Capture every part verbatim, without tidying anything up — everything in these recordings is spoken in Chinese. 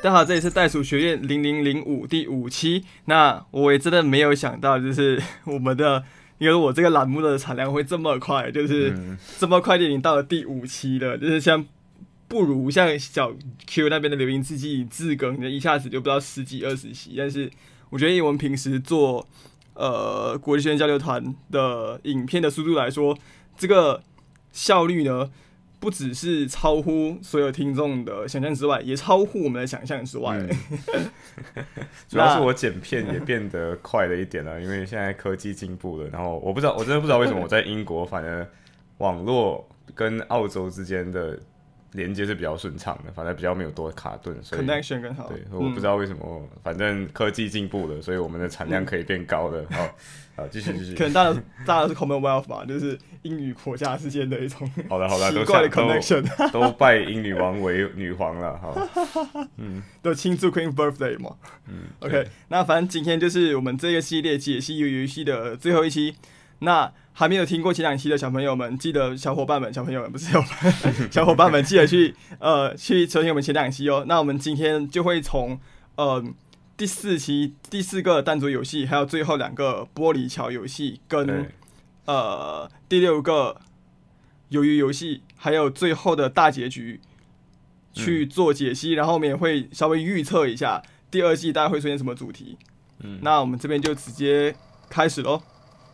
大家好，这里是袋鼠学院零零零五第五期。那我也真的没有想到，就是我们的，因为我这个栏目的产量会这么快，就是这么快就已经到了第五期了。就是像不如像小 Q 那边的流音自己自更，一下子就不知道十几二十期。但是我觉得以我们平时做呃国际学院交流团的影片的速度来说，这个效率呢，不只是超乎所有听众的想象之外，也超乎我们的想象之外。 嗯、主要是我剪片也变得快了一点了，因为现在科技进步了。然后我不知道，我真的不知道为什么我在英国，反而网络跟澳洲之间的连接是比较顺畅的，反正比较没有多卡顿，所以 connection 更好。 对，我不知道为什么，嗯、反正科技进步了，所以我们的产量可以变高了。好、嗯，好，继续继续。 可能大家大家是 Commonwealth 吧，就是英语国家之间的一种好的好的奇怪的 connection， 都, 都拜英女王为女皇了，好， 嗯，都庆祝 Queen Birthday 嘛。嗯 ，OK， 那反正今天就是我们这个系列解析游戏的最后一期。那还没有听过前两期的小朋友们，记得小伙伴们，小朋友们不是小伙伴，小伙伴们记得去呃去收听我们前两期哦。那我们今天就会从呃第四期第四个弹珠游戏，还有最后两个玻璃桥游戏，跟呃第六个鱿鱼游戏，还有最后的大结局去做解析，嗯、然后我们也会稍微预测一下第二季大概会出现什么主题。嗯，那我们这边就直接开始咯。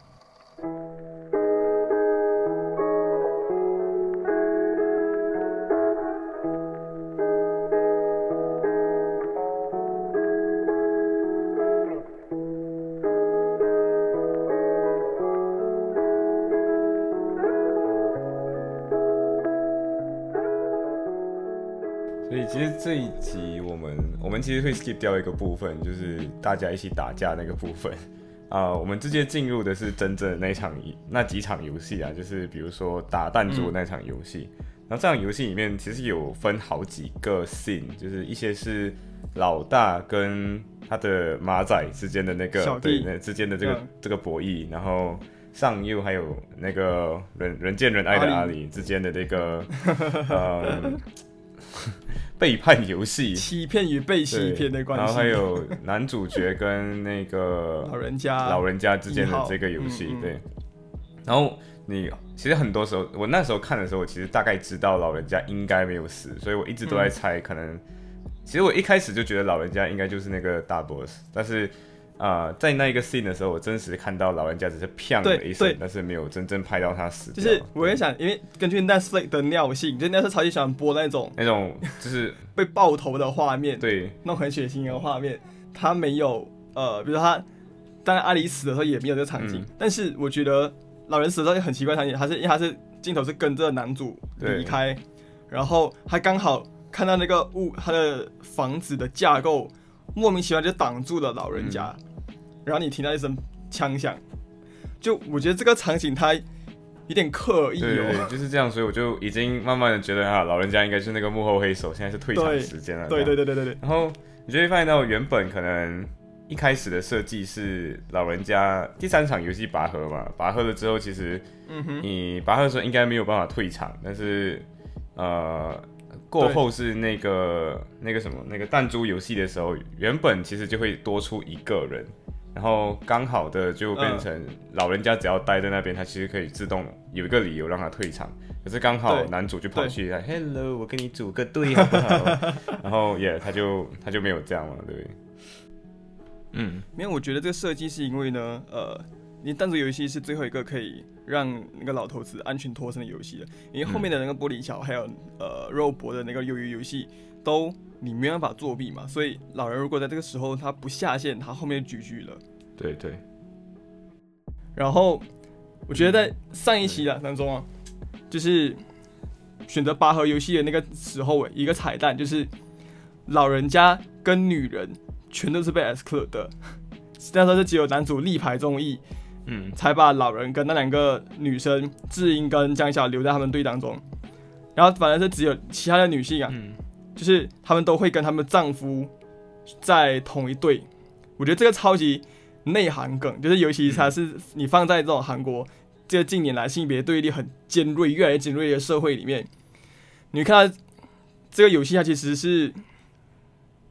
所以其实这一集我们我们其实会 skip 掉一个部分，就是大家一起打架那个部分啊、呃，我们直接进入的是真正的那一场那几场游戏啊，就是比如说打弹珠那场游戏。嗯、然后这场游戏里面其实有分好几个 scene， 就是一些是老大跟他的马仔之间的那个对那之间的这个、嗯、这个博弈，然后上右还有那个人人见人爱的阿里之间的这个呃。背叛游戏， 欺骗与被欺骗的关系， 然后还有男主角跟那个老人家老人家之间的这个游戏，嗯嗯对。然后你其实很多时候，我那时候看的时候，我其实大概知道老人家应该没有死，所以我一直都在猜，可能、嗯、其实我一开始就觉得老人家应该就是那个大 boss， 但是。呃，在那一个 scene 的时候，我真实看到老人家只是砰了一声，但是没有真正拍到他死掉。 就是我也想，因为根据 Netflix 的尿性，就 Netflix 超级喜欢播那种那种就是被爆头的画面， 对， 那种很血腥的画面。他没有呃，比如说他，当然阿里死的时候也没有这个场景，嗯、但是我觉得老人死的时候很奇怪的场景，他是因为他是镜头是跟着男主离开，然后他刚好看到那个物他的房子的架构莫名其妙就挡住了老人家。嗯然后你听到一声枪响，就我觉得这个场景它有点刻意哦， 对对对，就是这样，所以我就已经慢慢的觉得啊，老人家应该是那个幕后黑手，现在是退场时间了。 对对对对对对。 然后你就会发现到原本可能一开始的设计是老人家第三场游戏拔河嘛，拔河了之后其实你拔河的时候应该没有办法退场，但是呃过后是那个那个什么那个弹珠游戏的时候，原本其实就会多出一个人。然后刚好的就变成老人家只要待在那边，他其实可以自动有一个理由让他退场。可是刚好男主就跑去 ，Hello， 我跟你组个队好不好？然后也、yeah, 他就他就没有这样嘛，对不对？ 嗯，没有，我觉得这个设计是因为呢，呃，你弹珠游戏是最后一个可以让那个老头子安全脱身的游戏了，因为后面的那个玻璃桥还有呃肉搏的那个鱿鱼游戏都。你没办法作弊嘛，所以老人如果在这个时候他不下线，他后面就 G G 了。 对对。 然后我觉得在上一期的当中啊，就是选择拔河游戏的那个时候，一个彩蛋就是老人家跟女人全都是被 exclude 的，那时候是只有男主力排众议，嗯，才把老人跟那两个女生智英跟江小留在他们队当中，然后反而是只有其他的女性啊。嗯就是他们都会跟他们丈夫在同一队，我觉得这个超级内涵梗，就是尤其它是你放在这种韩国这近年来性别对立很尖锐、越来越尖锐的社会里面，你看到这个游戏它其实是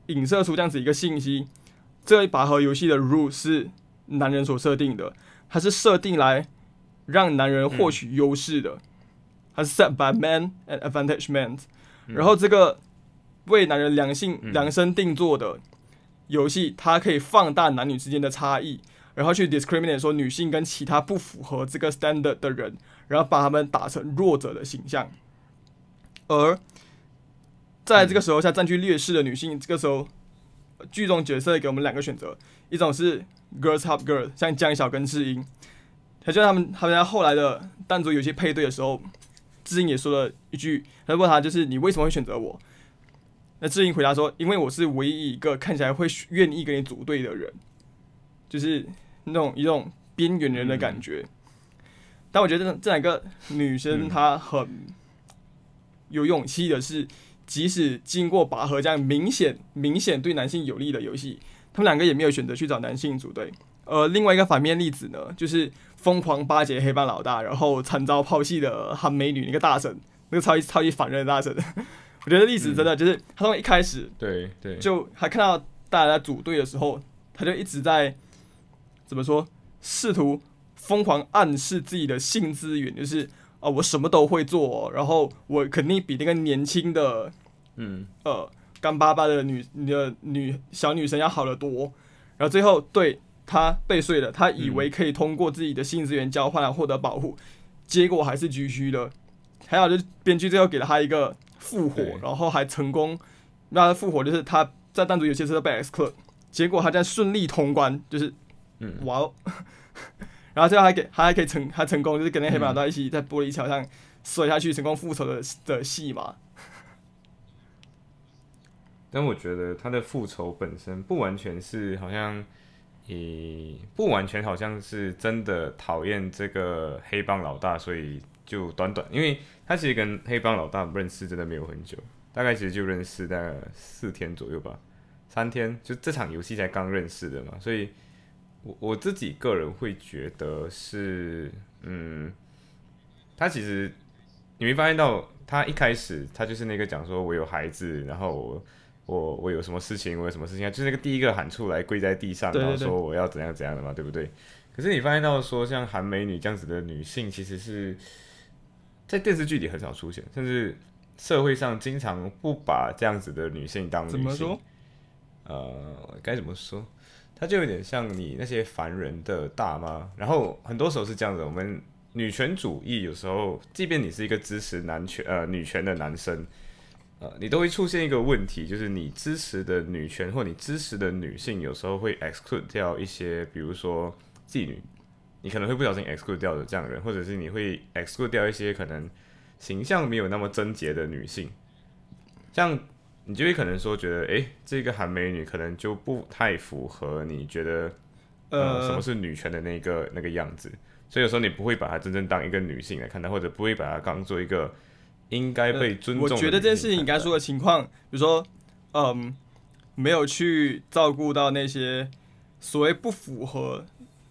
影射出这样子一个信息：这个拔河游戏的 rule 是男人所设定的，它是设定来让男人获取优势的，它是 set by men and advantage men。然后这个为男人量性量身定做的游戏，它可以放大男女之间的差异，然后去 discriminate 说女性跟其他不符合这个 standard 的人，然后把他们打成弱者的形象。而在这个时候下占据劣势的女性，这个时候剧中角色给我们两个选择，一种是 girls help girls， 像江晓跟智英，他就他们他们在后来的弹珠游戏配对的时候，智英也说了一句，他问他就是你为什么会选择我？那智英回答说，因为我是唯一一个看起来会愿意跟你组队的人，就是那种一种边缘人的感觉。嗯、但我觉得这两个女生她很有勇气的是，即使经过拔河这样明显明显对男性有利的游戏，他们两个也没有选择去找男性组队。呃，另外一个反面例子呢，就是疯狂巴结黑帮老大，然后惨遭抛弃的韩美女那个大神，那个超级超级反人的大神。我觉得历史真的就是他从一开始， 对对， 就还看到大家在组队的时候，他就一直在怎么说，试图疯狂暗示自己的性资源，就是啊、呃，我什么都会做，然后我肯定比那个年轻的，嗯呃干巴巴的女的女小女生要好得多。然后最后对他被睡了，他以为可以通过自己的性资源交换来获得保护，结果还是居居的。还有就是编剧最后给了他一个复活，然后还成功让他复活，就是他在弹珠游戏时候被 exclude， 结果他这样顺利通关，就是嗯哇哦，然后最后还给他还可以成还成功，就是跟那黑帮老大一起在玻璃桥上摔下去，成功复仇的的戏嘛。 但我觉得他的复仇本身不完全是好像，诶，不完全好像是真的讨厌这个黑帮老大，所以就短短，因为他其实跟黑帮老大认识真的没有很久，大概其实就认识大概四天左右吧，三天，就这场游戏才刚认识的嘛，所以我我自己个人会觉得是，嗯，他其实你没发现到，他一开始他就是那个讲说我有孩子，然后我。我我有什么事情，我有什么事情，就是那个第一个喊出来跪在地上， 对对对， 然后说我要怎样怎样的嘛，对不对？可是你发现到说，像韩美女这样子的女性，其实是在电视剧里很少出现，甚至社会上经常不把这样子的女性当女性。 怎么说？ 呃，该怎么说？她就有点像你那些凡人的大妈，然后很多时候是这样子，我们女权主义有时候，即便你是一个支持男权呃女权的男生。呃，你都会出现一个问题，就是你支持的女权或你支持的女性，有时候会 exclude 掉一些，比如说妓女，你可能会不小心 exclude 掉的这样的人，或者是你会 exclude 掉一些可能形象没有那么贞洁的女性，像你就会可能说觉得，哎、欸，这个韩美女可能就不太符合你觉得，呃，什么是女权的那个那个样子，所以有时候你不会把她真正当一个女性来看待，或者不会把她当做一个。应该被尊重的、呃。 我觉得这件事情你刚才说的情况，比如说，嗯，没有去照顾到那些所谓不符合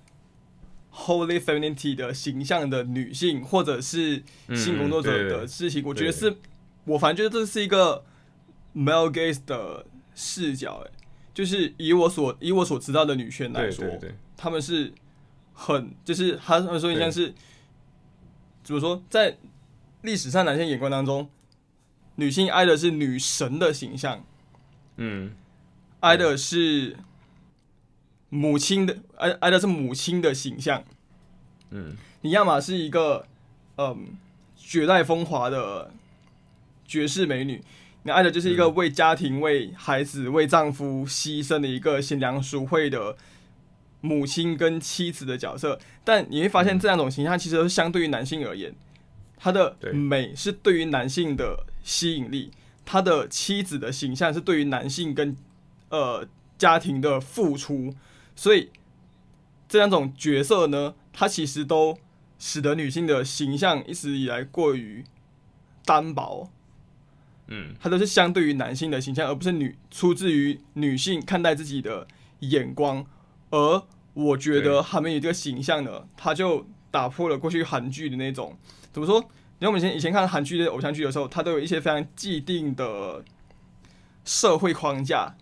holy femininity 的形象的女性，或者是性工作者的事情，嗯、我觉得是，我反正觉得这是一个 male gaze 的视角，哎，就是以我所以我所知道的女权来说，对对对他们是很，就是他们说你像是怎么说，在历史上男性眼光当中，女性爱的是女神的形象，嗯，爱的是母亲的，爱爱的是母亲的形象，嗯，你要么是一个嗯绝代风华的绝世美女，你爱的就是一个为家庭、为孩子、为丈夫牺牲的一个贤良淑惠的母亲跟妻子的角色，但你会发现这两种形象其实是相对于男性而言。他的美是对于男性的吸引力，他的妻子的形象是对于男性跟呃家庭的付出，所以这两种角色呢，它其实都使得女性的形象一直以来过于单薄，嗯，它都是相对于男性的形象，而不是女出自于女性看待自己的眼光。而我觉得韩美女这个形象呢，它就打破了过去韩剧的那种。怎么说？因为我们以前以前看韩剧的偶像剧的时候，它都有一些非常既定的社会框架，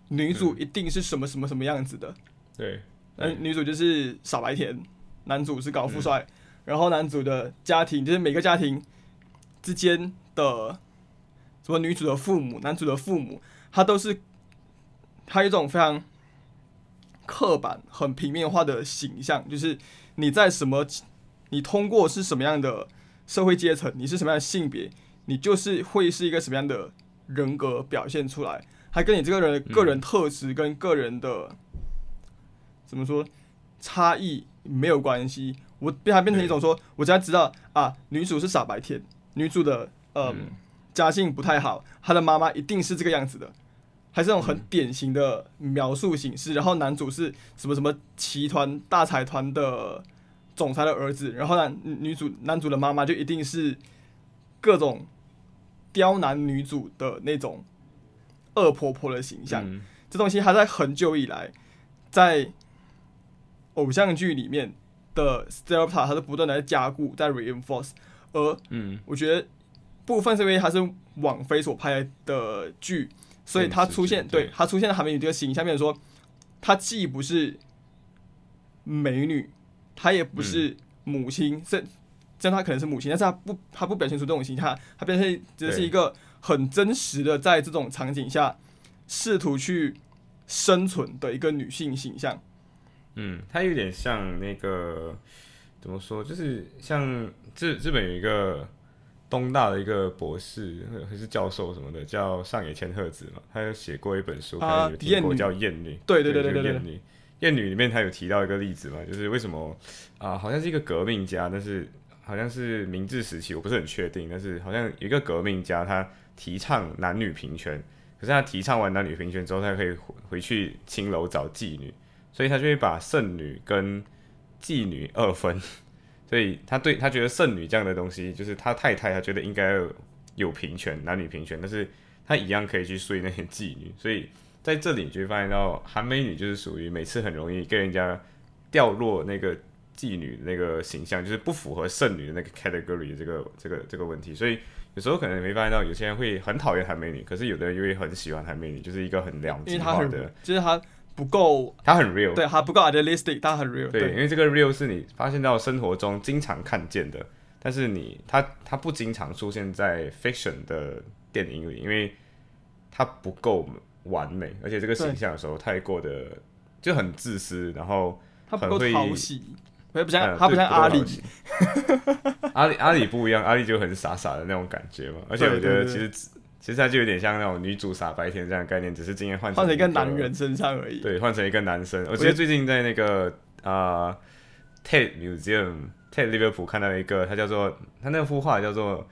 女主一定是什么什么什么样子的。 对， 那女主就是傻白甜，男主是高富帅，嗯、然后男主的家庭就是每个家庭之间的什么女主的父母、男主的父母，他都是他有一种非常刻板、很平面化的形象，就是你在什么，你通过是什么样的社会阶层，你是什么样的性别，你就是会是一个什么样的人格表现出来，还跟你这个人的个人特质跟个人的、嗯、怎么说差异没有关系。我被它变成一种说，我只要知道啊，女主是傻白甜，女主的呃、嗯、家境不太好，她的妈妈一定是这个样子的。还是那种很典型的描述形式，然后男主是什么什么集团大财团的总裁的儿子，然后男女主男主的妈妈就一定是各种刁难女主的那种恶婆婆的形象。嗯、这东西它在很久以来在偶像剧里面的 stereotype 它是不断的在加固在 reinforce， 而我觉得部分是因为它是网飞所拍的剧。所以他出现，对他出现在韩美女这个形象，面说，她既不是美女，她也不是母亲，这、嗯、这样她可能是母亲，但是她不，她不表现出这种形象，她表现只是一个很真实的，在这种场景下试图去生存的一个女性形象。 嗯，她有点像那个怎么说，就是像日日本有一个。东大的一个博士还是教授什么的，叫上野千鹤子嘛，他有写过一本书，可能有听过，叫《厌女》。 对对对对对， 厌女，厌女里面他有提到一个例子嘛，就是为什么啊、呃，好像是一个革命家，但是好像是明治时期，我不是很确定，但是好像有一个革命家，他提倡男女平权，可是他提倡完男女平权之后，他可以回去青楼找妓女，所以他就会把剩女跟妓女二分。所以他对他觉得剩女这样的东西，就是他太太，他觉得应该有平权，男女平权，但是他一样可以去睡那些妓女。所以在这里你就会发现到，韩美女就是属于每次很容易跟人家掉落那个妓女那个形象，就是不符合剩女的那个 category 的这个这个这个问题。所以有时候可能你会发现到，有些人会很讨厌韩美女，可是有的人又会很喜欢韩美女，就是一个很两极化的， 就是他。不够， 它很 real， 对，它不够 idealistic， 它很 real， 对， 对， 因为这个 real 是你发现到生活中经常看见的，但是你它它不经常出现在 fiction 的电影里，因为它不够完美，而且这个形象的时候太过的就很自私，然后它不够讨喜，不像它、嗯、不像阿里， 阿里阿里不一样，阿里就很傻傻的那种感觉嘛，而且我觉得其实。其实它就有点像那种女主傻白甜这样的概念，只是今天换成换成一个男人身上而已。 对，换成一个男生。我记得最近在那个啊、呃、Tate Museum Tate 利物浦看到一个，他叫做他那幅画叫做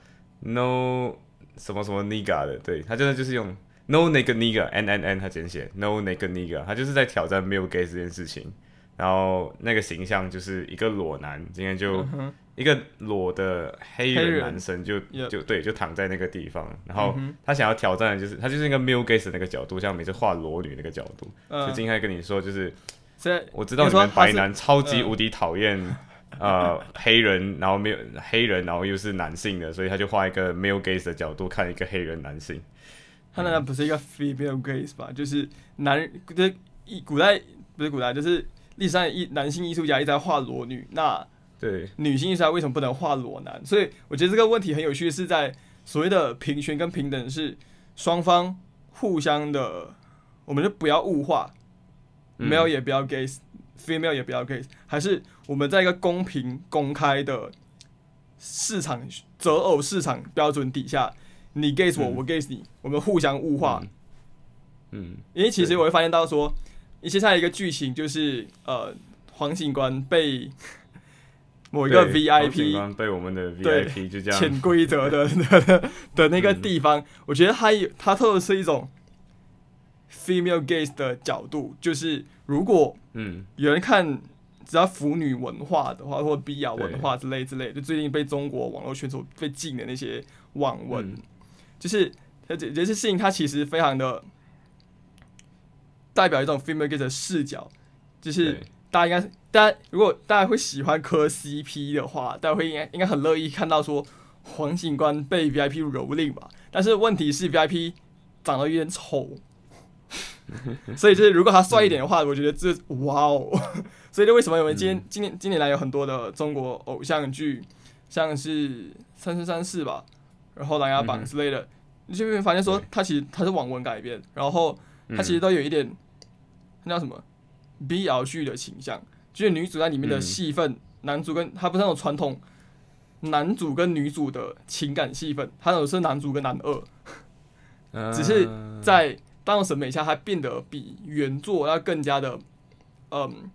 No 什么什么 Nigga 的，对，他真的就是用 No Naked Nigga N N N 他简写 No Naked Nigga， 他就是在挑战 male gaze 这件事情。然后那个形象就是一个裸男，今天就。嗯一个裸的黑人男生就就对，就躺在那个地方，然后他想要挑战的就是他就是那个 male gaze 的那个角度，像每次画裸女那个角度。就今天跟你说，就是我知道你们白男超级无敌讨厌呃黑人，然后没有黑人，然后又是男性的，所以他就画一个 male gaze 的角度看一个黑人男性。 他那不是一个 female gaze 吧？就是男，就是古代不是古代，就是历史上男性艺术家一直在画裸女，那。 对， 女性艺术家为什么不能画裸男？所以我觉得这个问题很有趣，是在所谓的平权跟平等是双方互相的，我们就不要物化、嗯、，male 也不要 gaze，female 也不要 gaze， 还是我们在一个公平公开的市场择偶市场标准底下，你 gaze 我，嗯、我 gaze 你，我们互相物化。嗯，嗯因为其实我会发现到说，接下来一个剧情就是呃，黄警官被。某一个 V I P 被我们的 V I P 就这样潜规则的 的, 的那个地方，嗯、我觉得他他透的是一种 female gaze 的角度，就是如果有人看只要腐女文化的话，或 B 亚文化之类之类，就最近被中国网络圈所被禁的那些网文，嗯、就是这这些事情，它其实非常的代表一种 female gaze 的视角，就是大家应该。大家如果大家会喜欢磕 C P 的话，大家会应该应该很乐意看到说黄警官被 V I P 蹂躏吧。但是问题是 V I P 长得有点丑， 所以就是如果他帅一点的话，我觉得这哇哦，所以就为什么我们今天今年今年来有很多的中国偶像剧，像是《三生三世》吧，然后《琅琊榜》之类的，你就会发现说它其实它是网文改编，然后它其实都有一点那叫什么 B L 剧的倾向，就是女主在里面的戏份，男主跟他不是那种传统男主跟女主的情感戏份，他有是男主跟男二，只是在大众审美下，它变得比原作要更加的，嗯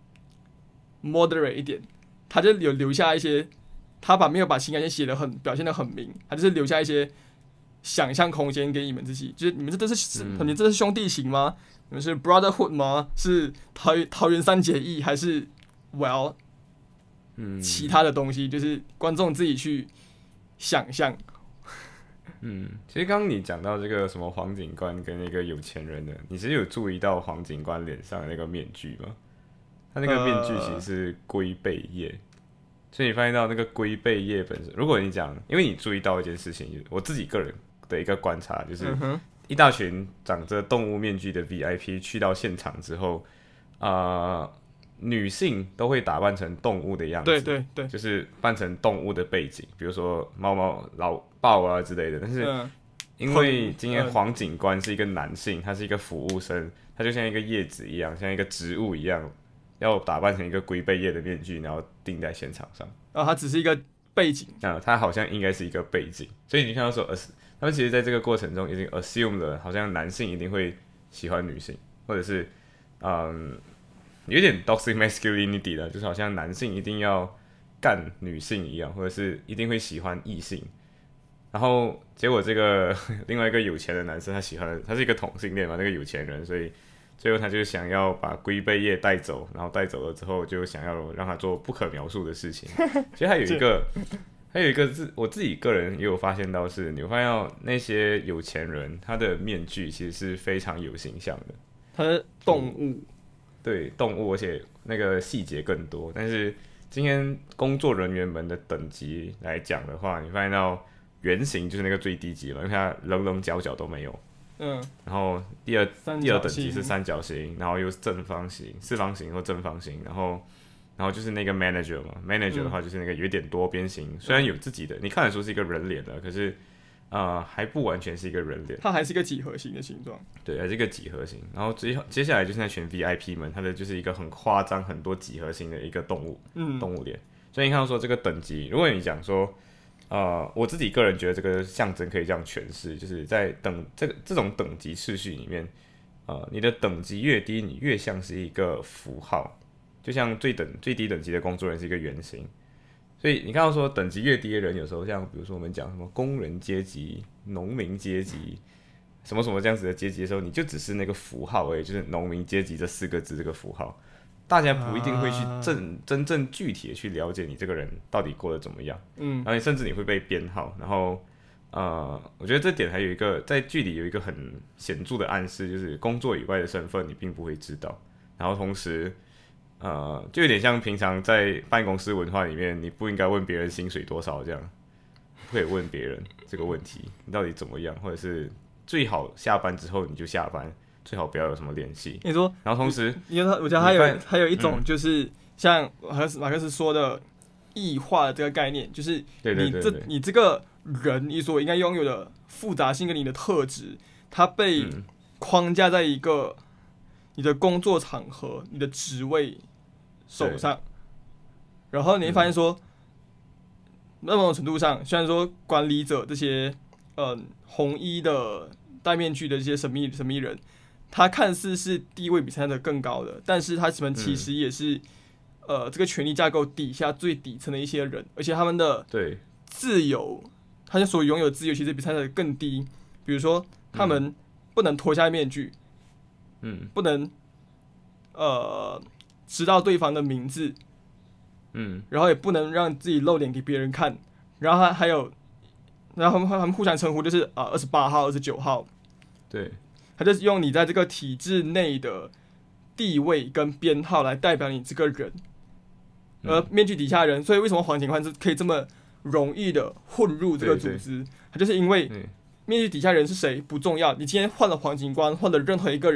，moderate 一点。他就有留下一些，他把没有把情感线写得很表现得很明，他就是留下一些想象空间给你们自己。就是你们这都是，你们这是兄弟情吗？你们是 brotherhood 吗？是桃桃园三结义还是 well， 其他的东西？就是观众自己去想象。 嗯，其实刚刚你讲到这个什么黄警官跟那个有钱人的，你其实有注意到黄警官脸上的那个面具吗？他那个面具其实是龟背叶，呃、所以你发现到那个龟背叶本身，如果你讲，因为你注意到一件事情，我自己个人的一个观察就是，一大群长着动物面具的 V I P 去到现场之后，啊、呃，女性都会打扮成动物的样子， 对对对， 就是扮成动物的背景，比如说猫猫、老豹啊之类的。但是因为今天黄警官是一个男性，他是一个服务生，他就像一个叶子一样，像一个植物一样，要打扮成一个龟背叶的面具，然后钉在现场上。 啊，他只是一个背景啊，他好像应该是一个背景，所以你看到说，他们其实在这个过程中已经 assume 了，好像男性一定会喜欢女性，或者是嗯。有点 toxic masculinity 的，就是好像男性一定要干女性一样，或者是一定会喜欢异性。然后结果这个另外一个有钱的男生，他喜欢他是一个同性恋嘛，那个有钱人，所以最后他就想要把龟背叶带走，然后带走了之后，就想要让他做不可描述的事情。其实还有一个，还有一个是我自己个人也有发现到是，你会发现到那些有钱人他的面具其实是非常有形象的， 他是动物。 对动物，而且那个细节更多。但是今天工作人员们的等级来讲的话，你发现到圆形就是那个最低级嘛，因为它棱棱角角都没有。嗯。然后第二第二等级是三角形，然后又是正方形、四方形或正方形，然后然后就是那个 manager 嘛 ，manager 的话就是那个有点多边形，嗯、虽然有自己的，你看得出是一个人脸的，可是。呃，还不完全是一个人脸， 它还是一个几何形的形状。 对，还是一个几何形。然后接接下来就是那群 V I P 们，它的就是一个很夸张、很多几何形的一个动物，嗯，动物脸。所以你看到说这个等级，如果你讲说，呃，我自己个人觉得这个象征可以这样诠释，就是在等这个这种等级次序里面，呃，你的等级越低，你越像是一个符号，就像最等最低等级的工作人员是一个圆形。所以你看到说等级越低的人，有时候像比如说我们讲什么工人阶级、农民阶级，什么什么这样子的阶级的时候，你就只是那个符号而已，就是农民阶级这四个字这个符号，大家不一定会去真真正具体的去了解你这个人到底过得怎么样，嗯，然后你甚至你会被编号，然后呃，我觉得这点还有一个在剧里有一个很显著的暗示，就是工作以外的身份你并不会知道，然后同时。呃，就有点像平常在办公室文化里面，你不应该问别人薪水多少这样，不可以问别人这个问题，你到底怎么样，或者是最好下班之后你就下班，最好不要有什么联系。 你说， 然后同时， 因为我觉得还有还有一种就是像马克思马克思说的异化的这个概念，就是你这你这个人你所应该拥有的复杂性跟你的特质，它被框架在一个你的工作场合、你的职位。手上，然后你会发现说，那、嗯、某种程度上，虽然说管理者这些，嗯，红衣的戴面具的这些神秘神秘人，他看似是地位比他的更高的，但是他们其实也是，嗯、呃，这个权力架构底下最底层的一些人，而且他们的自由，他们所拥有的自由其实比他的更低。比如说，他们不能脱下面具，嗯，不能，呃。知道对方的名字，嗯，然后也不能让自己露脸给别人看，然后还有，然后他们他们互相称呼就是啊二十八号、二十九号， 对， 他就是用你在这个体制内的地位跟编号来代表你这个人，而面具底下的人，所以为什么黄警官可以这么容易的混入这个组织？他就是因为面具底下人是谁不重要，你今天换了黄警官，换了任何一个人。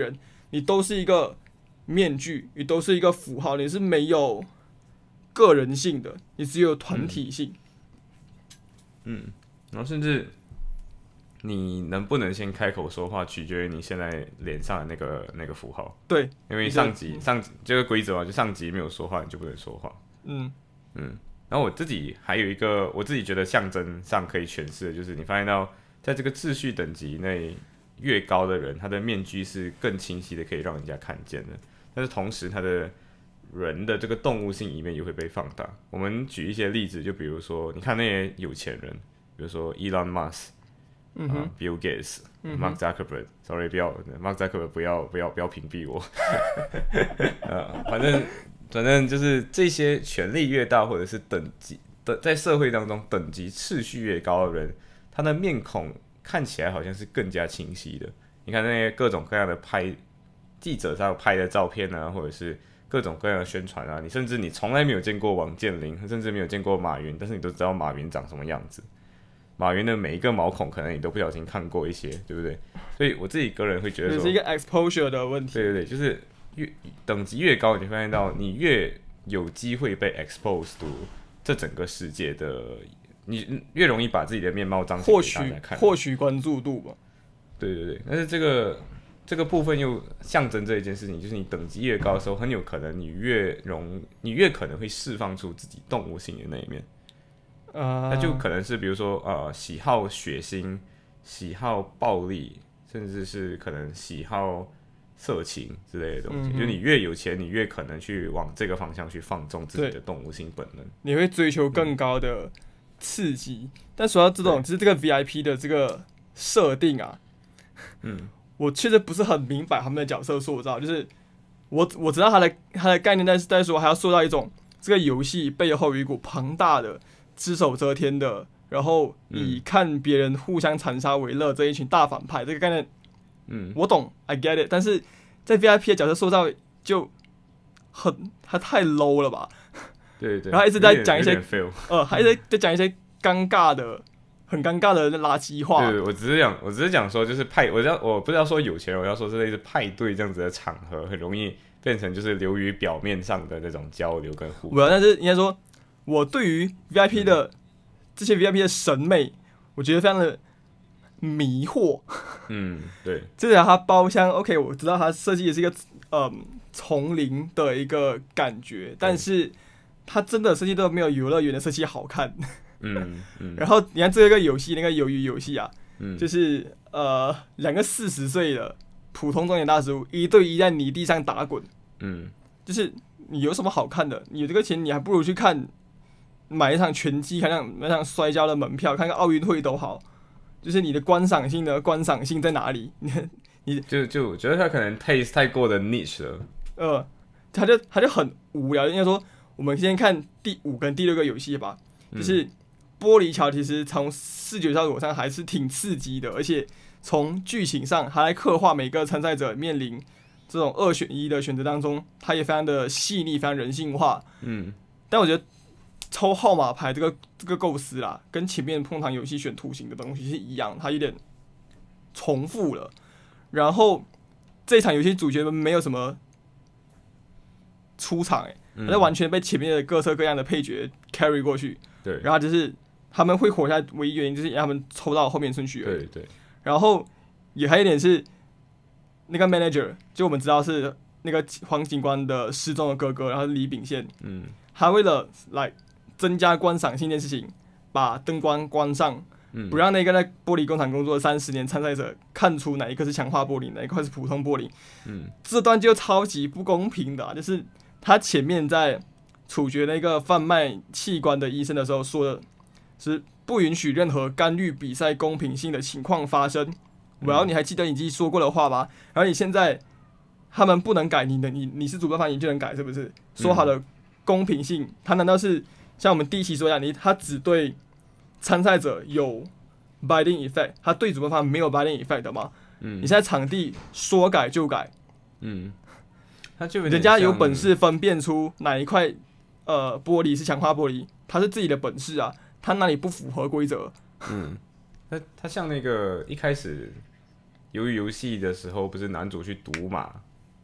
你都是一个面具，你都是一个符号，你是没有个人性的，你只有团体性。 嗯，嗯然后甚至你能不能先开口说话，取决于你现在脸上的那个那个符号。 对， 因为上级上级这个规则嘛，就上级没有说话，你就不能说话。 嗯嗯。然后我自己还有一个我自己觉得象征上可以诠释的，就是你发现到在这个秩序等级内越高的人，他的面具是更清晰的，可以让人家看见的。但是同时，他的人的这个动物性一面也会被放大。我们举一些例子，就比如说，你看那些有钱人，比如说 Elon Musk， 嗯哼、 啊、Bill Gates， 嗯、 Mark Zuckerberg，sorry， 不要 Mark Zuckerberg 不要不要不要屏蔽我，呃，反正。反正就是这些权力越大，或者是等级的在社会当中等级次序越高的人，他的面孔看起来好像是更加清晰的。你看那些各种各样的拍记者上拍的照片啊，或者是各种各样的宣传啊，你甚至你从来没有见过王健林，甚至没有见过马云，但是你都知道马云长什么样子。马云的每一个毛孔，可能你都不小心看过一些，对不对？所以我自己个人会觉得说， 这是一个 exposure 的问题。 对对对，就是。越等级越高，你会发现到你越有机会被 expose to 这整个世界的，你越容易把自己的面貌彰显给大家看， 获取关注度吧。 对对对，但是这个这个部分又象征这一件事情，就是你等级越高的时候，很有可能你越容，你越可能会释放出自己动物性的那一面。 呃， 那就可能是比如说呃，喜好血腥、喜好暴力，甚至是可能喜好。色情之类的东西，嗯、就你越有钱，你越可能去往这个方向去放纵自己的动物性本能。 你会追求更高的刺激，嗯、但说到这种，就是这个 V I P 的这个设定啊，嗯，我确实不是很明白他们的角色塑造。就是我我知道他的他的概念，但是在说还要塑造一种这个游戏背后有一股庞大的、只手遮天的，然后以看别人互相残杀为乐这一群大反派，这个概念。嗯，我懂 ，I get it， 但是在 V I P 的角色塑造就很，他太 low 了吧？ 对对。 然后一直在讲一些，呃，还一直在讲一些尴尬的、很尴尬的垃圾话。 对，我只是讲，我只是讲说，就是派，我要我不是要说有钱人，我要说是类似派对这样子的场合，很容易变成就是流于表面上的那种交流跟互动。 不，但是应该说，我对于 V I P 的、嗯、这些 V I P 的审美，我觉得非常的。迷惑， 嗯，对， 至少它包厢 ，OK， 我知道它设计的是一个嗯丛林的一个感觉，但是它真的设计都没有游乐园的设计好看， 嗯嗯。 然后你看这个游戏，那个鱿鱼游戏啊， 嗯， 就是呃两个四十岁的普通中年大叔一对一在泥地上打滚， 嗯， 就是你有什么好看的？你有这个钱，你还不如去看买一场拳击，看场买一场摔跤的门票，看个奥运会都好。就是你的观赏性的观赏性在哪里？你你就就我觉得他可能 taste 太过的 niche 了。 呃，他就他就很无聊。应该说，我们先看第五跟第六个游戏吧。嗯、就是玻璃桥，其实从视觉效果上还是挺刺激的，而且从剧情上，还来刻画每个参赛者面临这种二选一的选择当中，它也非常的细腻，非常人性化。嗯，但我觉得。抽号码牌这个这个构思啦，跟前面碰糖游戏选图形的东西是一样，它有点重复了。然后这场游戏主角们没有什么出场、欸，哎，他完全被前面的各色各样的配角 carry 过去。 对， 然后就是他们会活下来，唯一原因就是因为他们抽到后面顺序而已。 对对。 然后也还有一点是那个 manager， 就我们知道是那个黄警官的失踪的哥哥，然后是李秉宪。嗯，他为了来。增加观赏性这件事情，把灯光关上，嗯、不让那个在玻璃工厂工作三十年参赛者看出哪一颗是强化玻璃，哪一块是普通玻璃。嗯，这段就超级不公平的、啊，就是他前面在处决那个贩卖器官的医生的时候说的是不允许任何干预比赛公平性的情况发生。然后、嗯、你还记得你自己说过的话吗？然后你现在他们不能改，你的你你是主办方，你就能改，是不是？说好的公平性，他难道是？像我们第一期说一样，你他只对参赛者有 binding effect， 他对主办方没有 binding effect 的吗？嗯，你现在场地说改就改， 嗯，他就人家有本事分辨出哪一块呃玻璃是强化玻璃，他是自己的本事啊，他哪里不符合规则？ 嗯，他他像那个一开始鱿鱼游戏的时候，不是男主去赌马，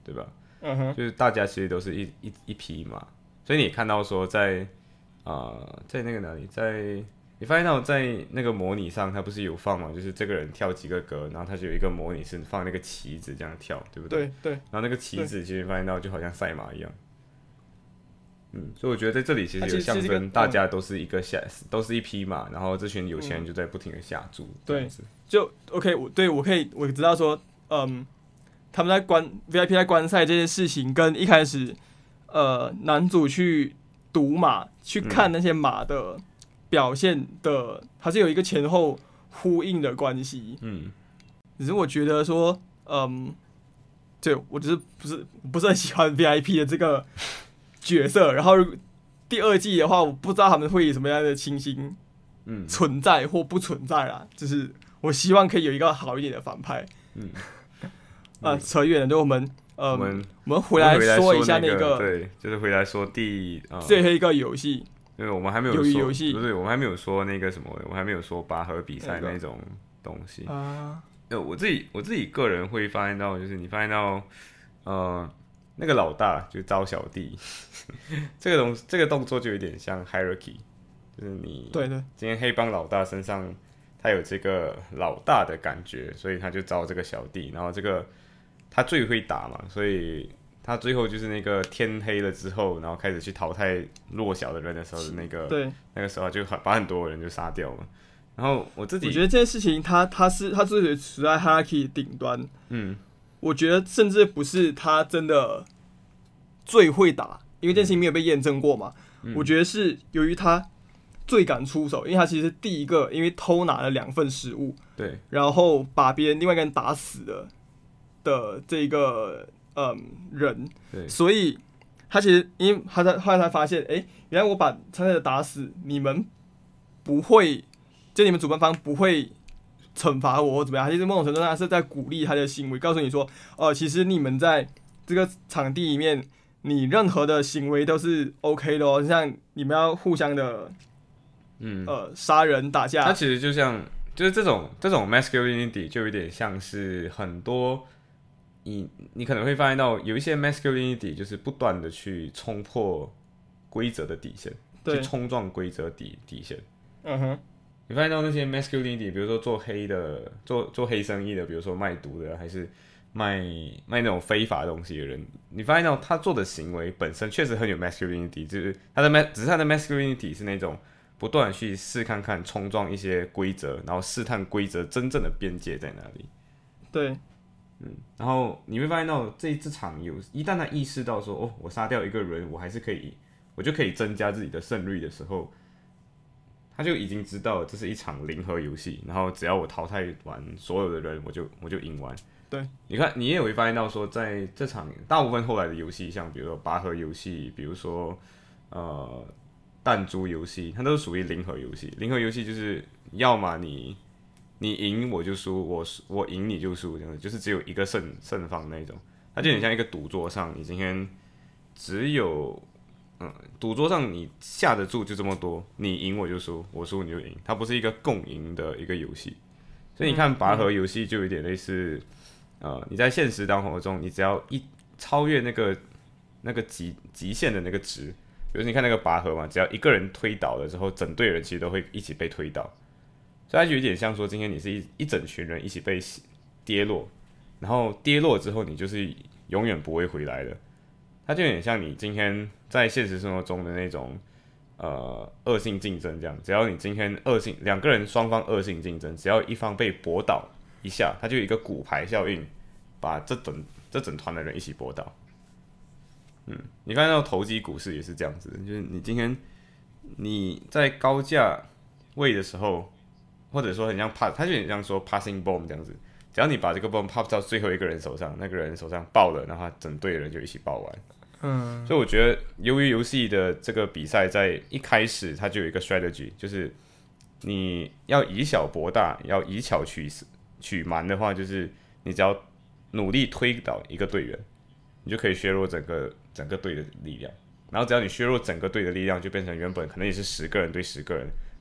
对吧？ 嗯哼， 就是大家其实都是一一一匹马，所以你看到说在啊、呃、在那个哪里，在你发现到在那个模拟上，它不是有放嘛？就是这个人跳几个歌，然后它就有一个模拟是放那个旗子这样跳，对不对？ 对对。 然后那个旗子其实发现到就好像赛马一样。嗯，所以我觉得在这里其实有象征，大家都是一个下，都是一匹马，然后这群有钱人就在不停的下注。 对，就 OK， 我对我可以我知道说，嗯，他们在观 V I P 在观赛这件事情，跟一开始呃男主去赌马，去看那些马的表现的，它是有一个前后呼应的关系。嗯，只是我觉得说，嗯，对我就是不是不是很喜欢 V I P 的这个角色，然后第二季的话，我不知道他们会以什么样的情形存在或不存在啦。就是我希望可以有一个好一点的反派。嗯，啊，扯远了，就我们呃，我们我们回来说一下那个， 对，就是回来说第呃最后一个游戏。 因为我们还没有说游戏，不是我们还没有说那个什么，我们还没有说拔河比赛那种东西啊。呃，我自己我自己个人会发现到，就是你发现到呃。那个老大就招小弟，这个动这个动作就有点像 hierarchy， 就是你对对， 今天黑帮老大身上他有这个老大的感觉，所以他就招这个小弟，然后这个他最会打嘛，所以他最后就是那个天黑了之后，然后开始去淘汰弱小的人的时候的那个， 对， 那个时候就把很多人就杀掉了。然后我自己我觉得这件事情他他是他是处在 hierarchy 顶端，嗯。我觉得甚至不是他真的最会打，因为这件事情没有被验证过嘛。嗯、我觉得是由于他最敢出手，因为他其实是第一个，因为偷拿了两份食物， 对， 然后把别人另外一个人打死的的这个嗯人， 对， 所以他其实因为他在后来才发现，哎、欸，原来我把参赛者打死，你们不会，就你们主办方不会惩罚我或怎么样，其实某种程度上是在鼓励他的行为，告诉你说，哦、呃，其实你们在这个场地里面，你任何的行为都是 OK 的哦，像你们要互相的，嗯，呃，杀人打架。 它其实就像，就是这种这种 masculinity 就有点像是很多，你你可能会发现到有一些 masculinity 就是不断的去冲破规则的底线，去冲撞规则底底线。嗯哼。你发现到那些 masculinity， 比如说做黑的、做做黑生意的，比如说卖毒的，还是卖卖那种非法东西的人，你发现到他做的行为本身确实很有 masculinity， 就是他的 mas， 只是他的 masculinity 是那种不断的去试看看、冲撞一些规则，然后试探规则真正的边界在哪里。 对， 嗯，然后你会发现到这这场有，一旦他意识到说，哦，我杀掉一个人，我还是可以，我就可以增加自己的胜率的时候。他就已经知道这是一场零和游戏，然后只要我淘汰完所有的人，我就我就赢完。 对， 你看，你也会发现到说，在这场大部分后来的游戏，像比如说拔河游戏，比如说呃弹珠游戏，它都是属于零和游戏。零和游戏就是要么你你赢我就输，我我赢你就输，这样子，就是只有一个胜胜方那种。它就很像一个赌桌上，你今天只有。嗯，赌桌上你下得住就这么多，你赢我就输，我输你就赢，它不是一个共赢的一个游戏。所以你看拔河游戏就有点类似，呃，你在现实生活中，你只要一超越那个那个极极限的那个值，比如你看那个拔河嘛，只要一个人推倒了之后，整队人其实都会一起被推倒，所以它就有点像说，今天你是一一整群人一起被跌落，然后跌落之后你就是永远不会回来的。它就有点像你今天在现实生活中的那种呃恶性竞争这样，只要你今天恶性两个人双方恶性竞争，只要一方被驳倒一下，它就有一个骨牌效应，把这整这整团的人一起驳倒。嗯，你看到投机股市也是这样子，就是你今天你在高价位的时候，或者说很像 pass， 它就有点像说 passing bomb 这样子。只要你把这个 bomb pop 到最后一个人手上，那个人手上爆了，然后他整队的人就一起爆完。嗯，所以我觉得由于游戏的这个比赛在一开始它就有一个 strategy， 就是你要以小博大，要以巧取取蛮的话，就是你只要努力推倒一个队员，你就可以削弱整个整个队的力量。然后只要你削弱整个队的力量，就变成原本可能也是十个人对十个人，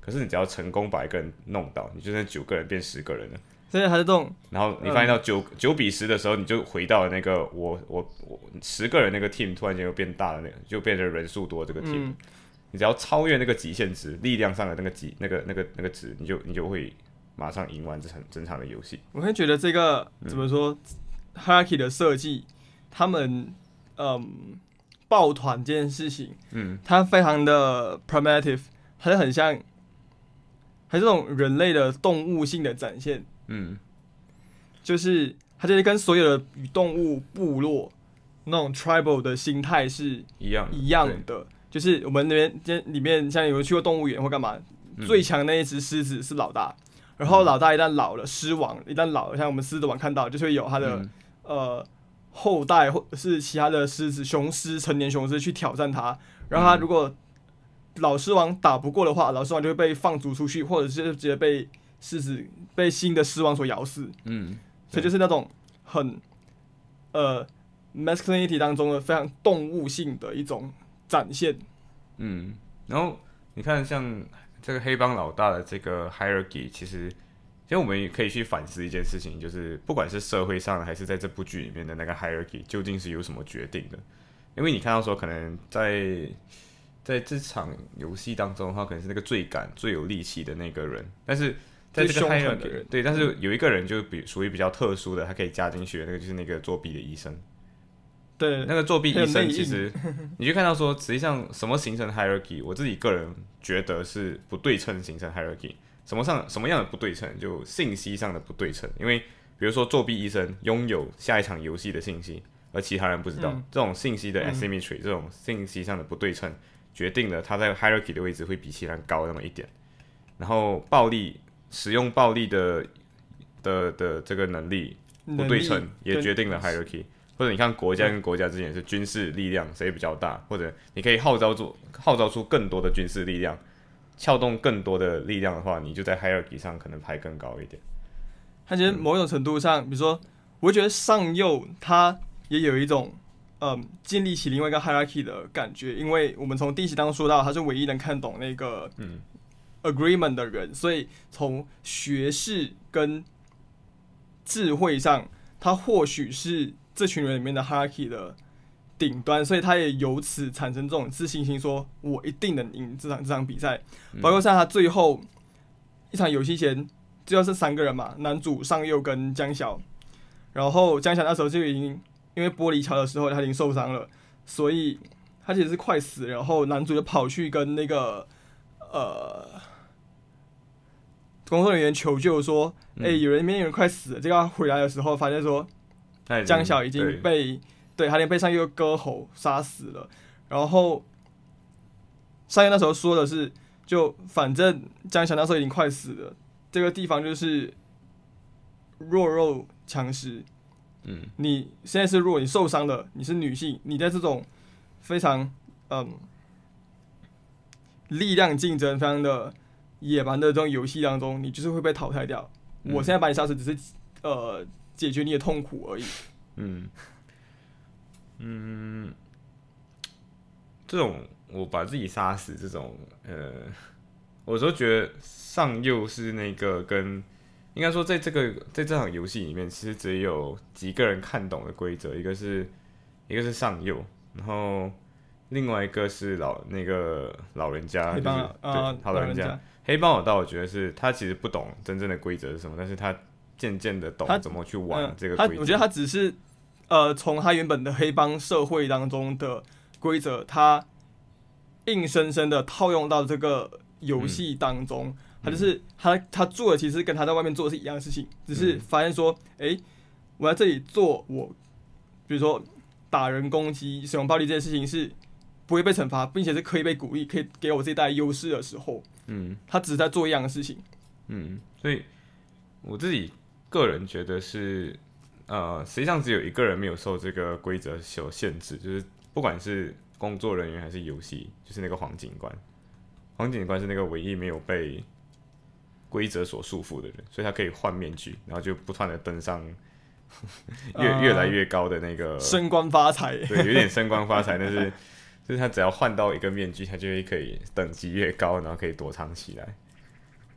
可是你只要成功把一个人弄倒，你就剩九个人变十个人了。 所以还是这种， 然后你发现到九九、嗯、比十的时候，你就回到了那个我我我十个人那个 team 突然间又变大了，那个就变成人数多这个 team、嗯。你只要超越那个极限值，力量上的那个极那个那个那个值，你就你就会马上赢完这场整场的游戏。 我会觉得这个怎么说、嗯、，hierarchy 的设计，他们嗯抱团这件事情，嗯，它非常的 primitive， 它是很像，还是这种人类的动物性的展现。嗯，就是它就是跟所有的与动物部落那种 tribal 的心态是一样一样的，就是我们那边里面像有去过动物园或干嘛，嗯、最强那一只狮子是老大，然后老大一旦老了狮王，一旦老了，像我们狮子王看到，就是会有他的、嗯、呃后代或是其他的狮子雄狮成年雄狮去挑战他，然后他如果老狮王打不过的话，老狮王就会被放逐出去，或者是直接被狮子被新的狮王所咬死，嗯，所以就是那种很呃 masculinity 当中的非常动物性的一种展现， 嗯，然后你看像这个黑帮老大的这个 hierarchy， 其实其实我们也可以去反思一件事情，就是不管是社会上还是在这部剧里面的那个 hierarchy 究竟是由什么决定的？因为你看到说可能在在这场游戏当中的话，可能是那个最敢最有力气的那个人，但是在这个 hierarchy 对，但是有一个人就比属于比较特殊的，他可以加进去的那个就是那个作弊的医生。 对， 那个作弊医生其实你就看到说，实际上什么形成 hierarchy， 我自己个人觉得是不对称形成 hierarchy。什么上什么样的不对称？就信息上的不对称。因为比如说作弊医生拥有下一场游戏的信息，而其他人不知道，嗯、这种信息的 asymmetry，、嗯、这种信息上的不对称，决定了他在 hierarchy 的位置会比其他人高那么一点。然后暴力使用暴力的的的这个能力不对称，也决定了 hierarchy。或者你看国家跟国家之间是军事力量谁比较大，或者你可以号召出号召出更多的军事力量，撬动更多的力量的话，你就在 hierarchy 上可能排更高一点。 它其实某种程度上，比如说，我会觉得上右它也有一种嗯建立起另外一个 hierarchy 的感觉，因为我们从第一集当中说到，他是唯一能看懂那个嗯 agreement 的人，所以从学识跟智慧上，他或许是这群人里面的 hierarchy 的顶端，所以他也由此产生这种自信心，说我一定能赢这场这场比赛。包括像他最后一场游戏前，最后是三个人嘛，男主上右跟江晓，然后江晓那时候就已经因为玻璃桥的时候他已经受伤了，所以他其实是快死，然后男主就跑去跟那个呃工作人员求救说，哎、欸，有人里面有人快死了。结果他回来的时候发现说，江晓已经被对他连被上右割喉杀死了。然后上右那时候说的是，就反正江晓那时候已经快死了，这个地方就是弱肉强食。嗯，你现在是弱，你受伤了，你是女性，你在这种非常嗯力量竞争非常的野蛮的这种游戏当中，你就是会被淘汰掉。嗯、我现在把你杀死，只是呃解决你的痛苦而已。 嗯嗯，这种我把自己杀死这种，呃，我都觉得上右是那个跟应该说在这个在这场游戏里面，其实只有几个人看懂的规则，一个是一个是上右，然后另外一个是老那个老人家， 黑帮就是呃对老人家。黑帮老大，我觉得是他其实不懂真正的规则是什么，但是他渐渐的懂怎么去玩这个规则、嗯。 我觉得他只是呃从他原本的黑帮社会当中的规则，他硬生生的套用到这个游戏当中。嗯、他就是他他做的其实跟他在外面做的是一样的事情，只是发现说，哎、欸，我在这里做我，比如说打人、攻击、使用暴力这件事情是不会被惩罚，并且是可以被鼓励，可以给我自己带来优势的时候。嗯，他只是在做一样的事情。 嗯，所以我自己个人觉得是，呃，实际上只有一个人没有受这个规则所限制，就是不管是工作人员还是游戏，就是那个黄警官。黄警官是那个唯一没有被规则所束缚的人，所以他可以换面具，然后就不断的登上越、呃、越来越高的那个升官发财。 对，有点升官发财，但是。就是他只要换到一个面具，他就会可以等级越高，然后可以躲藏起来。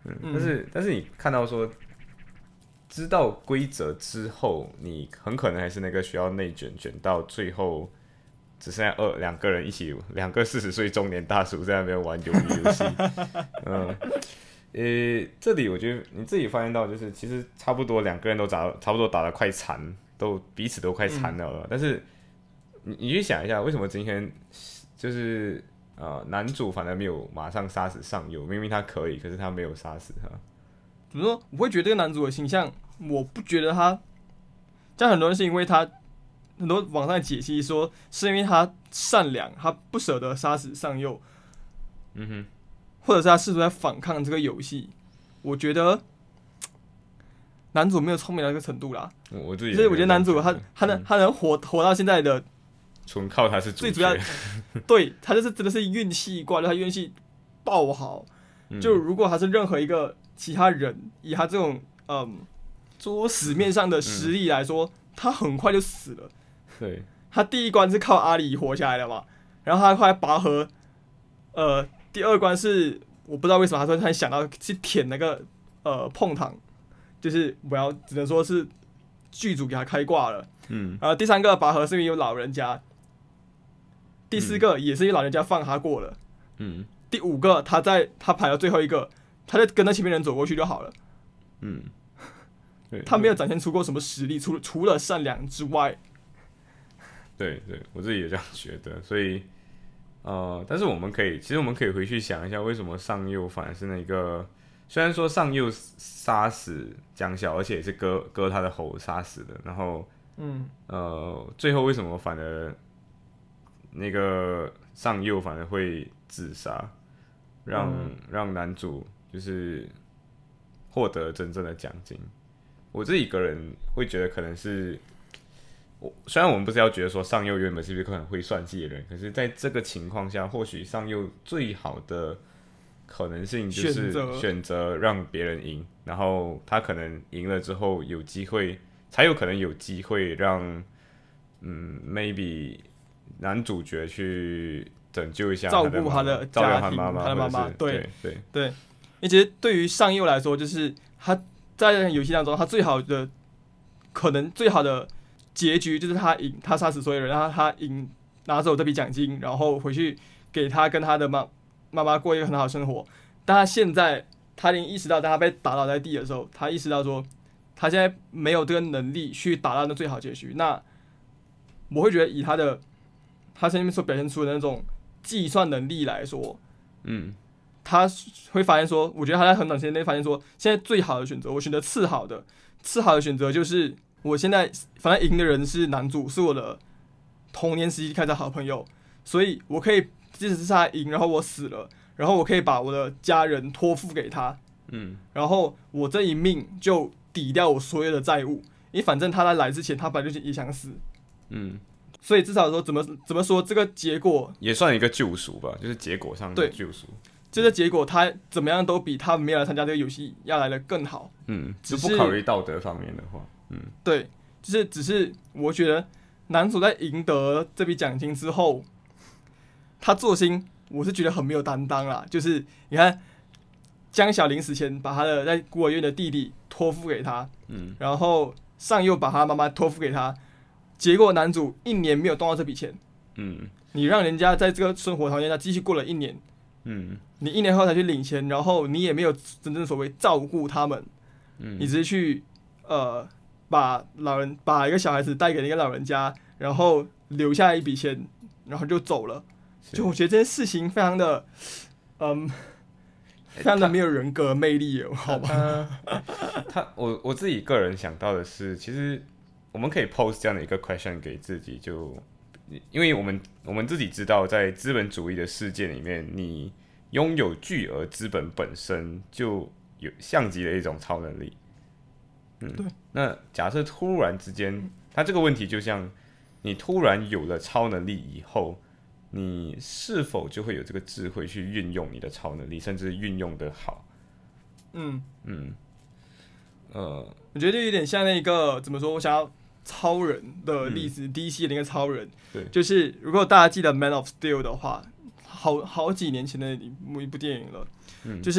嗯，但是但是你看到说，知道规则之后，你很可能还是那个需要内卷，卷到最后只剩下二两个人一起，两个四十岁中年大叔在那边玩鱿鱼游戏。嗯，呃，这里我觉得你自己发现到，就是其实差不多两个人都打差不多打得快残，都彼此都快残了了。嗯、但是你你去想一下，为什么今天就是呃男主反而没有马上杀死上佑？明明他可以，可是他没有杀死他。 怎么说？我会觉得这个男主的形象，我不觉得他，像很多人是因为他，很多网上解析说是因为他善良，他不舍得杀死上佑，嗯哼，或者是他试图在反抗这个游戏。我觉得男主没有聪明到这个程度啦。 我自己， 所以我觉得男主他他能、嗯、他能活活到现在的， 纯靠他是主角。 最主要，对他就是真的是运气挂了，他运气爆好。嗯、就如果他是任何一个其他人，以他这种嗯桌死面上的实力来说，嗯、他很快就死了。 对， 他第一关是靠阿里活下来的嘛，然后他后来拔河，呃，第二关是我不知道为什么他说他想到去舔那个呃碰糖，就是我要只能说是剧组给他开挂了。嗯，然后第三个拔河是因为有老人家，第四个也是因为老人家放他过了。嗯，第五个他在他排到最后一个。他就跟着前面人走过去就好了，嗯，他没有展现出过什么实力，除除了善良之外。 对对，我自己也这样觉得，所以呃，但是我们可以，其实我们可以回去想一下，为什么上佑反而是那个，虽然说上佑杀死江晓，而且也是割割他的喉杀死的，然后嗯呃，最后为什么反而那个上佑反而会自杀，让、嗯、让男主。就是获得真正的奖金，我自己个人会觉得可能是，我虽然我们不是要觉得说上佑原本是不是很会算计的人，可是在这个情况下，或许上佑最好的可能性就是选择让别人赢，然后他可能赢了之后有机会，才有可能有机会让嗯 maybe 男主角去拯救一下照顾他的家庭，他的妈妈，对对对。因为其实对于上佑来说，就是他在游戏当中，他最好的可能最好的结局就是他赢，他杀死所有人，然后他赢拿走这笔奖金，然后回去给他跟他的妈妈妈过一个很好的生活。但他现在他已经意识到，当他被打倒在地的时候，他意识到说他现在没有这个能力去达到那最好结局。那我会觉得以他的他现在所表现出的那种计算能力来说，嗯。他会发现说，我觉得他在很短时间内发现说，现在最好的选择，我选择次好的，次好的选择就是我现在反正赢的人是男主，是我的童年时期开始的好朋友，所以我可以即使是他赢，然后我死了，然后我可以把我的家人托付给他，嗯，然后我这一命就抵掉我所有的债务，因为反正他在来之前，他本来就也想死，嗯。所以至少说怎么怎么说，这个结果也算一个救赎吧，就是结果上的救赎。 这个结果，他怎么样都比他没有来参加这个游戏要来的更好。 嗯，只不考虑道德方面的话，嗯， 对，就是只是我觉得男主在赢得这笔奖金之后，他做心，我是觉得很没有担当啦。就是你看江小临死前把他的在孤儿院的弟弟托付给他，嗯，然后上佑把他妈妈托付给他，结果男主一年没有动到这笔钱，嗯，你让人家在这个生活条件下继续过了一年。嗯，你一年后才去领钱，然后你也没有真正所谓照顾他们，嗯，你只是去呃把老人把一个小孩子带给那个老人家，然后留下一笔钱，然后就走了。就我觉得这件事情非常的，嗯，非常的没有人格魅力，好吧？ 他我我自己个人想到的是，其实我们可以 pose 这样的一个 question 给自己，就。因为我们我们自己知道，在资本主义的世界里面，你拥有巨额资本本身就有像极了一种超能力。嗯，对。那假设突然之间，它这个问题就像你突然有了超能力以后，你是否就会有这个智慧去运用你的超能力，甚至运用得好？嗯嗯， 呃，我觉得有点像那个怎么说？我想要。超人的例子、嗯、D C 的那个超人，对，就是如果大家记得《Man of Steel》的话，好好几年前的一部电影了，嗯、就是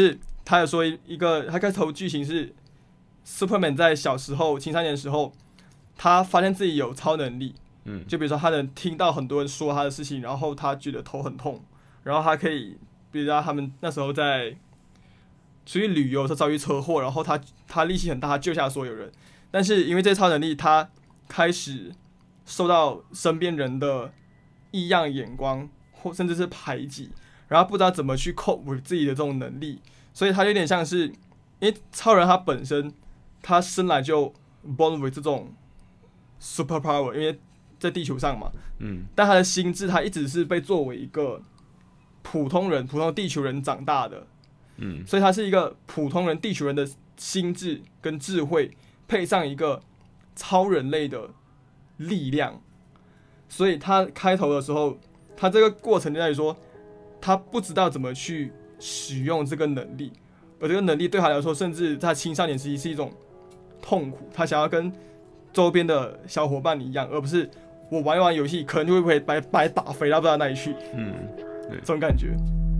他有说一个，他开头剧情是 Superman 在小时候青少年的时候，他发现自己有超能力，嗯，就比如说他能听到很多人说他的事情，然后他觉得头很痛，然后他可以，比如说他们那时候在出去旅游的时候遭遇车祸，然后他他力气很大，他救下所有人，但是因为这超能力，他开始受到身边人的异样眼光，或甚至是排挤，然后不知道怎么去cope with自己的这种能力，所以他有点像是，因为超人他本身他生来就 born with 这种 super power， 因为在地球上嘛，嗯，但他的心智他一直是被作为一个普通人、普通的地球人长大的，嗯，所以他是一个普通人、地球人的心智跟智慧，配上一个超人类的力量，所以他开头的时候，他这个过程就在于说，他不知道怎么去使用这个能力，而这个能力对他来说，甚至在青少年时期是一种痛苦。他想要跟周边的小伙伴一样，而不是我玩一玩游戏，可能就会不会把把打飞到不知道哪里去。嗯，对，这种感觉。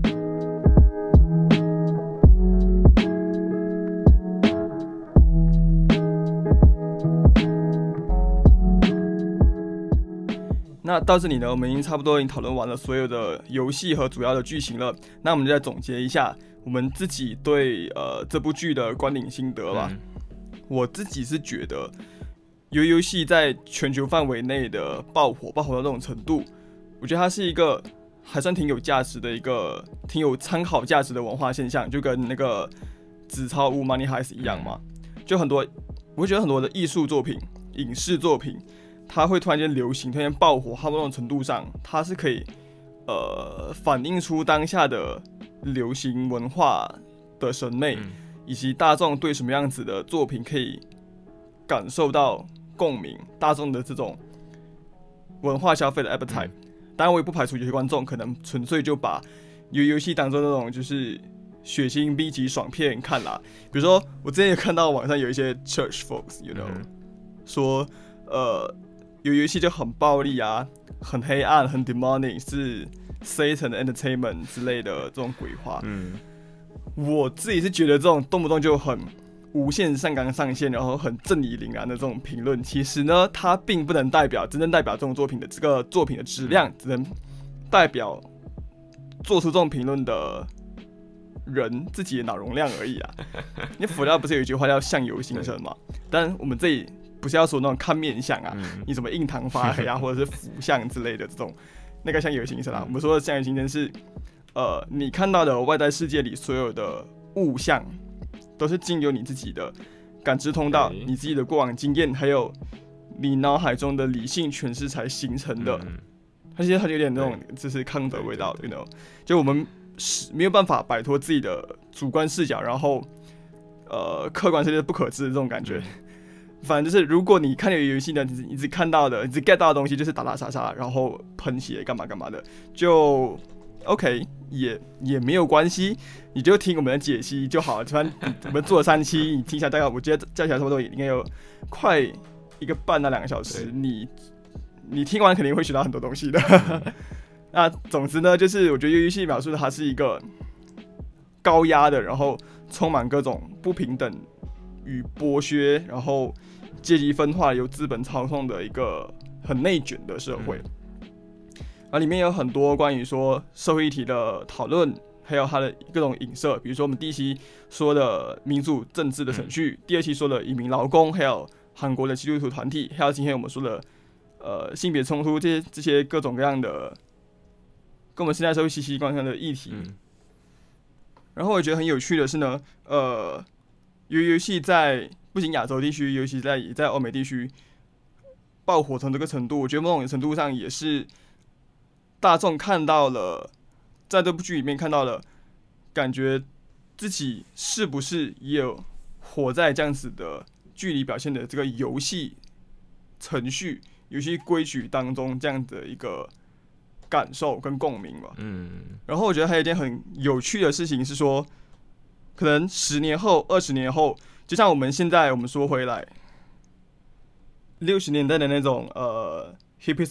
那到这里呢，我们已经差不多已经讨论完了所有的游戏和主要的剧情了。那我们就再总结一下我们自己对呃这部剧的观影心得吧。嗯、我自己是觉得，由于游戏在全球范围内的爆火，爆火到这种程度，我觉得它是一个还算挺有价值的一个、挺有参考价值的文化现象，就跟那个纸钞屋 Money Heist 一样嘛。就很多，我会觉得很多的艺术作品、影视作品。它会突然间流行，突然间爆火，到某种程度上，它是可以呃反映出当下的流行文化的审美，嗯、以及大众对什么样子的作品可以感受到共鸣，大众的这种文化消费的 appetite。嗯、当然，我也不排除有些观众可能纯粹就把游游戏当做那种就是血腥 B 级爽片看啦。比如说，我之前也看到网上有一些 church folks，you know，、嗯、说呃。有游戏就很暴力啊，很黑暗，很 demonic， 是 Satan Entertainment 之类的这种鬼话。嗯，我自己是觉得这种动不动就很无限上纲上线，然后很正义凛然的这种评论，其实呢，它并不能代表真正代表这种作品的这个作品的质量，只能代表做出这种评论的人自己的脑容量而已啊。因为佛教不是有一句话叫相由心生嘛？但我们这里。不是要说那种看面相啊，嗯、你什么印堂发黑啊，或者是腐相之类的这种，那个相由心生啊。我们说的相由心生是，呃，你看到的外在世界里所有的物象，都是经由你自己的感知通道、你自己的过往经验，还有你脑海中的理性诠释才形成的。嗯、它其实它有点那种就是康德味道 ，you know， 就我们没有办法摆脱自己的主观视角，然后呃客观世界不可知的这种感觉。嗯反正就是，如果你看有游戏呢，你只看到的、你只 get 到的东西就是打打杀杀，然后喷血干嘛干嘛的，就 OK 也也没有关系，你就听我们的解析就好了。反正我们做了三期，你听下大概我觉得加起来差不多应该有快一个半到两个小时，你你听完肯定会学到很多东西的。那总之呢，就是我觉得游戏描述它是一个高压的，然后充满各种不平等与剥削，然后阶级分化由资本操控的一个很内卷的社会，而里面有很多关于说社会议题的讨论，还有它的各种影射，比如说我们第一期说的民主政治的程序，第二期说的移民劳工，还有韩国的基督徒团体，还有今天我们说的呃性别冲突，这些这些各种各样的跟我们现在社会息息相关的议题。然后我觉得很有趣的是呢，呃，由于游戏在不仅亚洲地区，尤其在也在欧美地区爆火成这个程度，我觉得某种程度上也是大众看到了，在这部剧里面看到了，感觉自己是不是也有活在这样子的剧里表现的这个游戏程序、游戏规矩当中这样的一个感受跟共鸣吧。嗯。然后我觉得还有一件很有趣的事情是说，可能十年后、二十年后。就像我们现在，我们说回来，六十年代的那种呃 hippies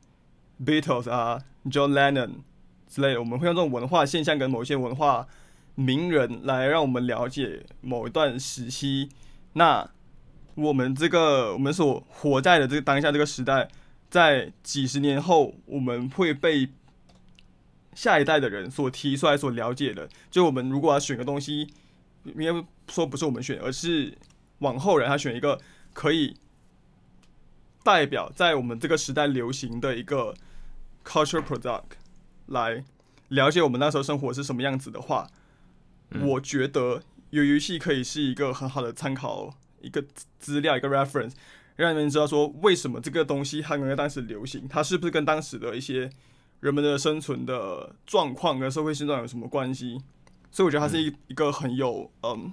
movement、Beatles 啊、John Lennon 之类的，我们会用这种文化现象跟某些文化名人来让我们了解某一段时期。那我们这个我们所活在的这个当下这个时代，在几十年后，我们会被下一代的人所提出来、所了解的。就我们如果要选个东西，应该说不是我们选，而是往后人他选一个可以代表在我们这个时代流行的一个 culture product 来了解我们那时候生活是什么样子的话，嗯、我觉得有游戏可以是一个很好的参考，一个资料，一个 reference， 让你们知道说为什么这个东西它能在当时流行，它是不是跟当时的一些人们的生存的状况跟社会现状有什么关系。所以我觉得它是一一个很有嗯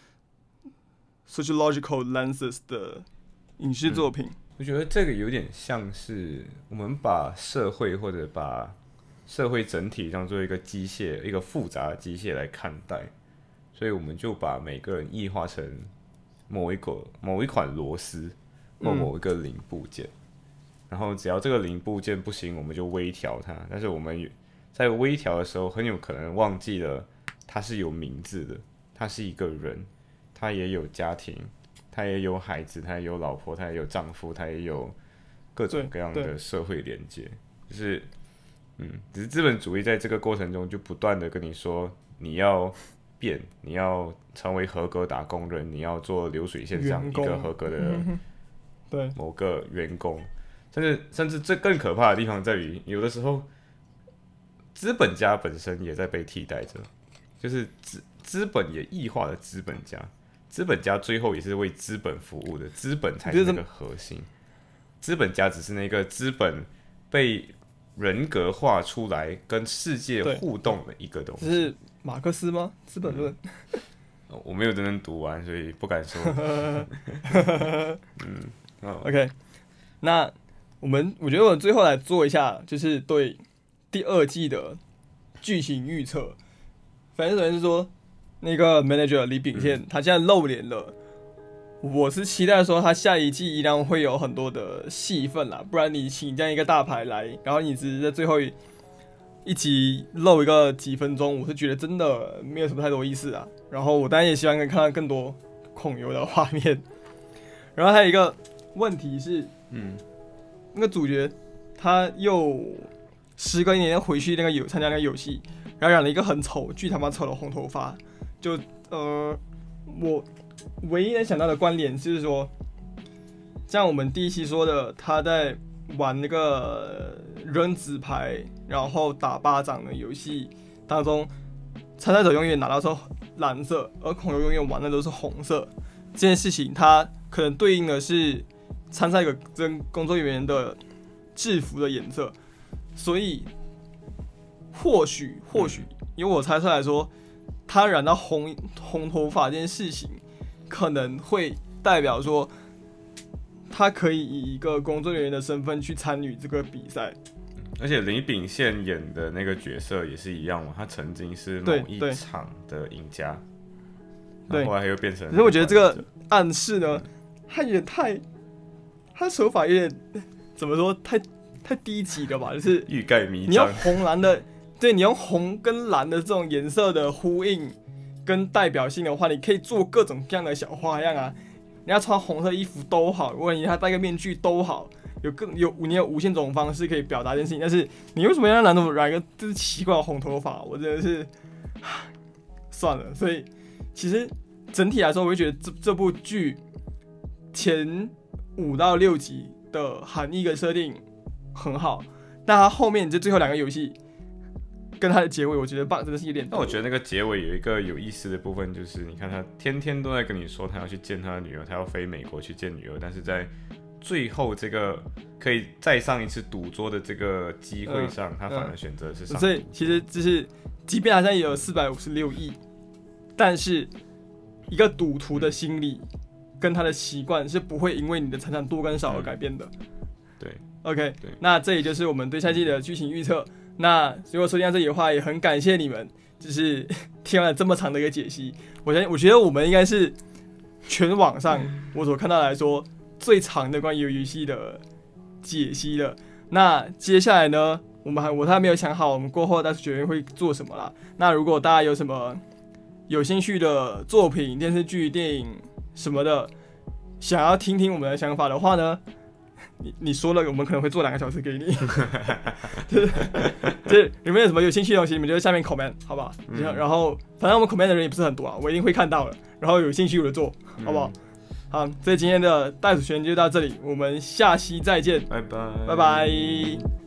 sociological lenses 的影视作品。嗯， 我觉得这个有点像是我们把社会或者把社会整体当做一个机械，一个复杂的机械来看待，所以我们就把每个人异化成某一个某一款螺丝或某一个零部件，嗯、然后只要这个零部件不行，我们就微调它。但是我们在微调的时候，很有可能忘记了它是有名字的，他是一个人，他也有家庭。他也有孩子，他也有老婆，他也有丈夫，他也有各种各样的社会连接，就是，嗯，只是资本主义在这个过程中就不断的跟你说，你要变，你要成为合格打工人，你要做流水线上一个合格的某个员工，甚至甚至这更可怕的地方在于，有的时候资本家本身也在被替代着，就是资资本也异化了资本家。资本家最后也是为资本服务的，资本才是那个核心，资本家只是那个资本被人格化出来跟世界互动的一个东西。 这是马克思吗？资本论、 嗯？我没有真正读完，所以不敢说。嗯、哦、 ，OK， 那我们我觉得我们最后来做一下，就是对第二季的剧情预测。反正首先是说。那个 manager 李秉宪，他现在露脸了。我是期待说他下一季依然会有很多的戏份啦，不然你请这样一个大牌来，然后你只是在最后一集露一个几分钟，我是觉得真的没有什么太多意思啊。然后我当然也希望可以看到更多孔游的画面。然后还有一个问题是，嗯，那个主角他又时隔一年回去那个有参加那个游戏，然后染了一个很丑、巨他妈丑的红头发。就呃，我唯一能想到的关联就是说，像我们第一期说的，他在玩那个扔纸牌然后打巴掌的游戏当中，参赛者永远拿到是蓝色，而孔游永远玩的都是红色。这件事情它可能对应的是参赛者跟工作人员的制服的颜色，所以或许或许，因为我猜出来说。他染到 红, 红头发这件事情，可能会代表说，他可以以一个工作人员的身份去参与这个比赛。 而且李秉宪演的那个角色也是一样嘛，他曾经是某一场的赢家，对，后来又变成。 可是我觉得这个暗示呢，他有点太，他手法有点怎么说，太太低级了吧？就是欲盖弥彰。 你要红蓝的。对，你用红跟蓝的这种颜色的呼应跟代表性的话，你可以做各种各样的小花样啊。你要穿红色衣服都好，如果你他戴个面具都好，有更有你有无限种方式可以表达这件事情。但是你为什么要让男主染一个就是奇怪的红头发？我真的是算了。所以其实整体来说，我会觉得这这部剧前五到六集的含义跟设定很好，但它后面就最后两个游戏。跟他的结尾，我觉得棒真的是有点。 但我觉得那个结尾有一个有意思的部分，就是你看他天天都在跟你说他要去见他的女儿，他要飞美国去见女儿，但是在最后这个可以再上一次赌桌的这个机会上，嗯、他反而选择是上赌桌。 所以其实就是，即便他现在也有四百五十六亿，但是一个赌徒的心理跟他的习惯是不会因为你的财产多跟少而改变的。 嗯、对 ，OK， 对，那这也就是我们对下季的剧情预测。那如果收听到这里的话，也很感谢你们，就是听完了这么长的一个解析。我相我觉得我们应该是全网上我所看到来说最长的关于游戏的解析了。那接下来呢，我们还我还没有想好我们过后大学院会做什么啦。那如果大家有什么有兴趣的作品、电视剧、电影什么的，想要听听我们的想法的话呢，你你说了，我们可能会做两个小时给你。就是就是你们有什么有兴趣的东西，你们就在下面 comment 好不好？嗯、然后反正我们 comment 的人也不是很多啊，我一定会看到的。然后有兴趣我就做，好不好？嗯、好，所以今天的袋鼠圈就到这里，我们下期再见， 拜拜， 拜拜。